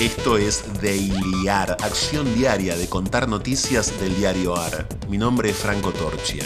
Esto es Daily AR, acción diaria de contar noticias del diario AR. Mi nombre es Franco Torchia.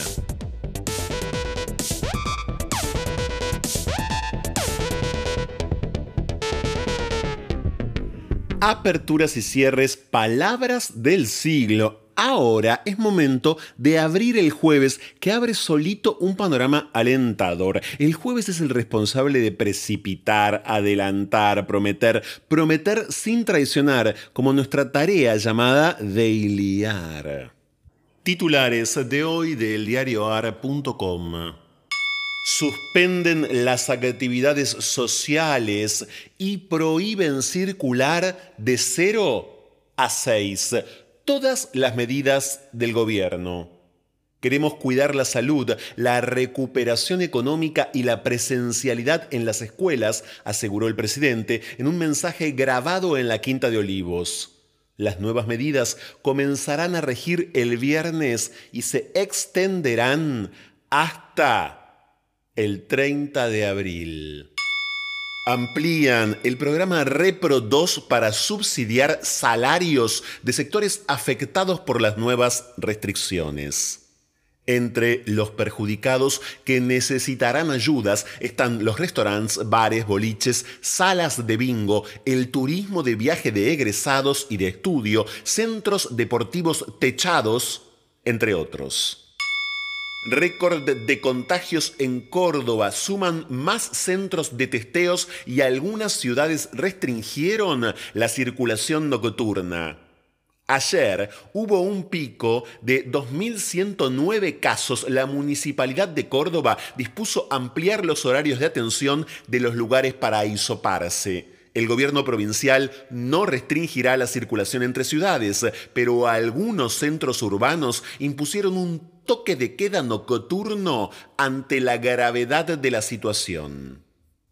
Aperturas y cierres, palabras del siglo. Ahora es momento de abrir el jueves, que abre solito un panorama alentador. El jueves es el responsable de precipitar, adelantar, prometer sin traicionar, como nuestra tarea llamada Dailyar. Titulares de hoy del diarioar.com. Suspenden las actividades sociales y prohíben circular de 0 a 6. Todas las medidas del gobierno. Queremos cuidar la salud, la recuperación económica y la presencialidad en las escuelas, aseguró el presidente en un mensaje grabado en la Quinta de Olivos. Las nuevas medidas comenzarán a regir el viernes y se extenderán hasta el 30 de abril. Amplían el programa Repro 2 para subsidiar salarios de sectores afectados por las nuevas restricciones. Entre los perjudicados que necesitarán ayudas están los restaurantes, bares, boliches, salas de bingo, el turismo de viaje de egresados y de estudio, centros deportivos techados, entre otros. Récord de contagios en Córdoba, suman más centros de testeos y algunas ciudades restringieron la circulación nocturna. Ayer hubo un pico de 2.109 casos. La Municipalidad de Córdoba dispuso ampliar los horarios de atención de los lugares para hisoparse. El gobierno provincial no restringirá la circulación entre ciudades, pero algunos centros urbanos impusieron un toque de queda nocturno ante la gravedad de la situación.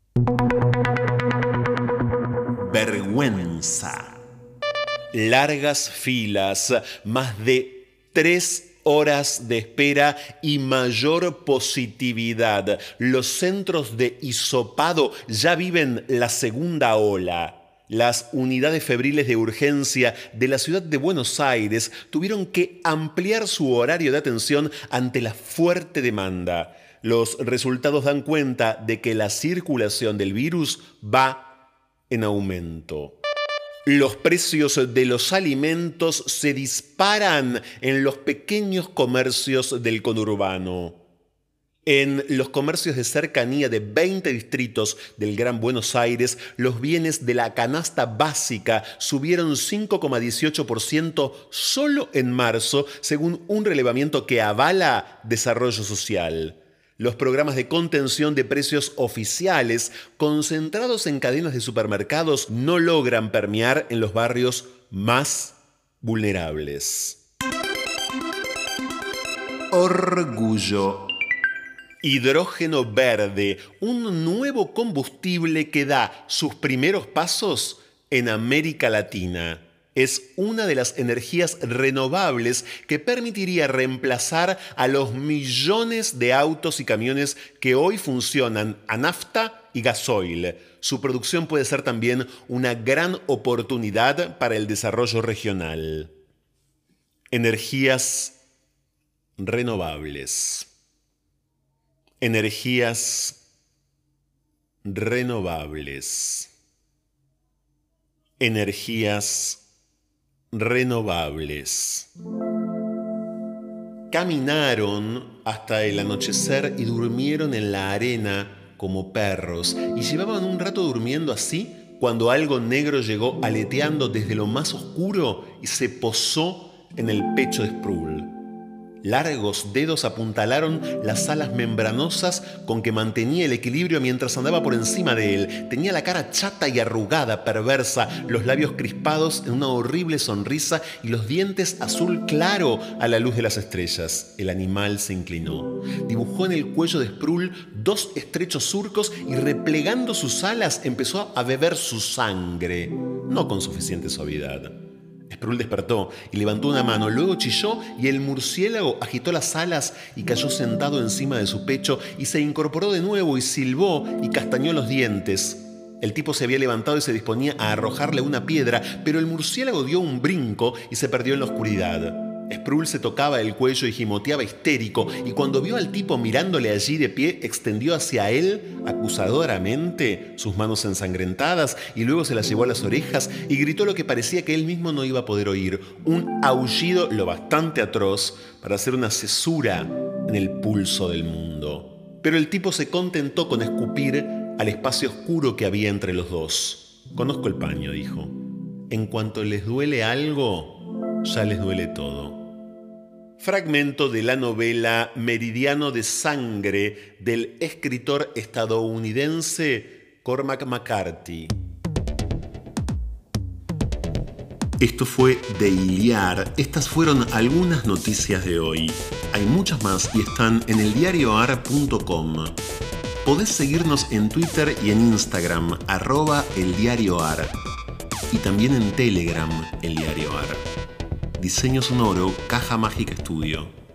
Vergüenza. Largas filas, más de 3 horas de espera y mayor positividad. Los centros de hisopado ya viven la segunda ola. Las unidades febriles de urgencia de la ciudad de Buenos Aires tuvieron que ampliar su horario de atención ante la fuerte demanda. Los resultados dan cuenta de que la circulación del virus va en aumento. Los precios de los alimentos se disparan en los pequeños comercios del conurbano. En los comercios de cercanía de 20 distritos del Gran Buenos Aires, los bienes de la canasta básica subieron 5,18% solo en marzo, según un relevamiento que avala Desarrollo Social. Los programas de contención de precios oficiales, concentrados en cadenas de supermercados, no logran permear en los barrios más vulnerables. Orgullo. Hidrógeno verde, un nuevo combustible que da sus primeros pasos en América Latina. Es una de las energías renovables que permitiría reemplazar a los millones de autos y camiones que hoy funcionan a nafta y gasoil. Su producción puede ser también una gran oportunidad para el desarrollo regional. Energías renovables. Energías renovables. Energías renovables. Caminaron hasta el anochecer y durmieron en la arena como perros, y llevaban un rato durmiendo así cuando algo negro llegó aleteando desde lo más oscuro y se posó en el pecho de Sproul. Largos dedos apuntalaron las alas membranosas con que mantenía el equilibrio mientras andaba por encima de él. Tenía la cara chata y arrugada, perversa, los labios crispados en una horrible sonrisa y los dientes azul claro a la luz de las estrellas. El animal se inclinó. Dibujó en el cuello de Sproul 2 estrechos surcos y replegando sus alas empezó a beber su sangre, no con suficiente suavidad. Sproul despertó y levantó una mano, luego chilló y el murciélago agitó las alas y cayó sentado encima de su pecho y se incorporó de nuevo y silbó y castañó los dientes. El tipo se había levantado y se disponía a arrojarle una piedra, pero el murciélago dio un brinco y se perdió en la oscuridad. Sproul se tocaba el cuello y gimoteaba histérico, y cuando vio al tipo mirándole allí de pie, extendió hacia él, acusadoramente, sus manos ensangrentadas, y luego se las llevó a las orejas y gritó lo que parecía que él mismo no iba a poder oír, un aullido lo bastante atroz para hacer una cesura en el pulso del mundo. Pero el tipo se contentó con escupir al espacio oscuro que había entre los dos. Conozco el paño, dijo. En cuanto les duele algo, ya les duele todo. Fragmento de la novela Meridiano de Sangre del escritor estadounidense Cormac McCarthy. Esto fue De Iliar. Estas fueron algunas noticias de hoy. Hay muchas más y están en eldiarioar.com. Podés seguirnos en Twitter y en Instagram, @eldiarioar. Y también en Telegram, El Diario Ar. Diseño sonoro, Caja Mágica Estudio.